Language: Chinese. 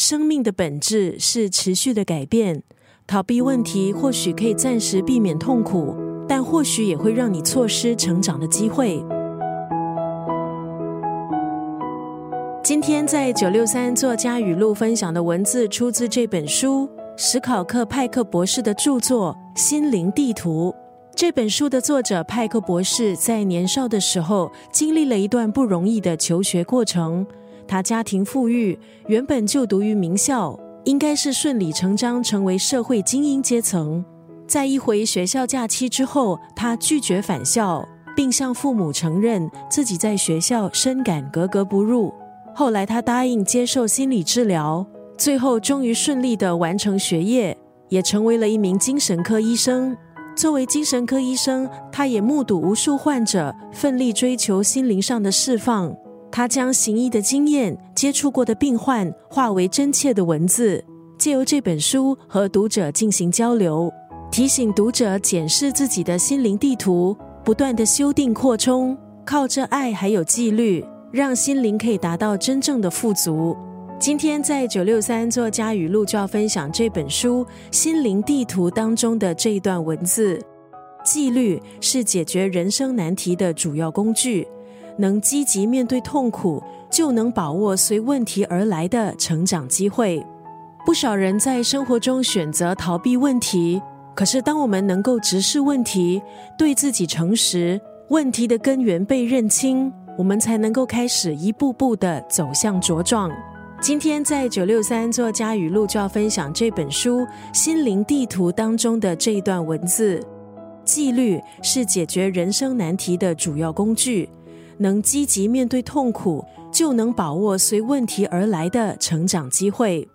生命的本质是持续的改变，逃避问题或许可以暂时避免痛苦，但或许也会让你错失成长的机会。今天在963作家语录分享的文字出自这本书，史考克·派克博士的著作《心灵地图》。这本书的作者派克博士在年少的时候经历了一段不容易的求学过程，他家庭富裕，原本就读于名校，应该是顺理成章成为社会精英阶层。在一回学校假期之后，他拒绝返校，并向父母承认自己在学校深感格格不入。后来他答应接受心理治疗，最后终于顺利地完成学业，也成为了一名精神科医生。作为精神科医生，他也目睹无数患者奋力追求心灵上的释放。他将行医的经验、接触过的病患化为真切的文字，借由这本书和读者进行交流，提醒读者检视自己的心灵地图，不断的修订扩充，靠着爱还有纪律，让心灵可以达到真正的富足。今天在963作家语录就要分享这本书《心灵地图》当中的这一段文字：纪律是解决人生难题的主要工具，能积极面对痛苦，就能把握随问题而来的成长机会。不少人在生活中选择逃避问题，可是当我们能够直视问题，对自己诚实，问题的根源被认清，我们才能够开始一步步地走向茁壮。今天在963作家语录就要分享这本书《心灵地图》当中的这一段文字：纪律是解决人生难题的主要工具，能积极面对痛苦，就能把握随问题而来的成长机会。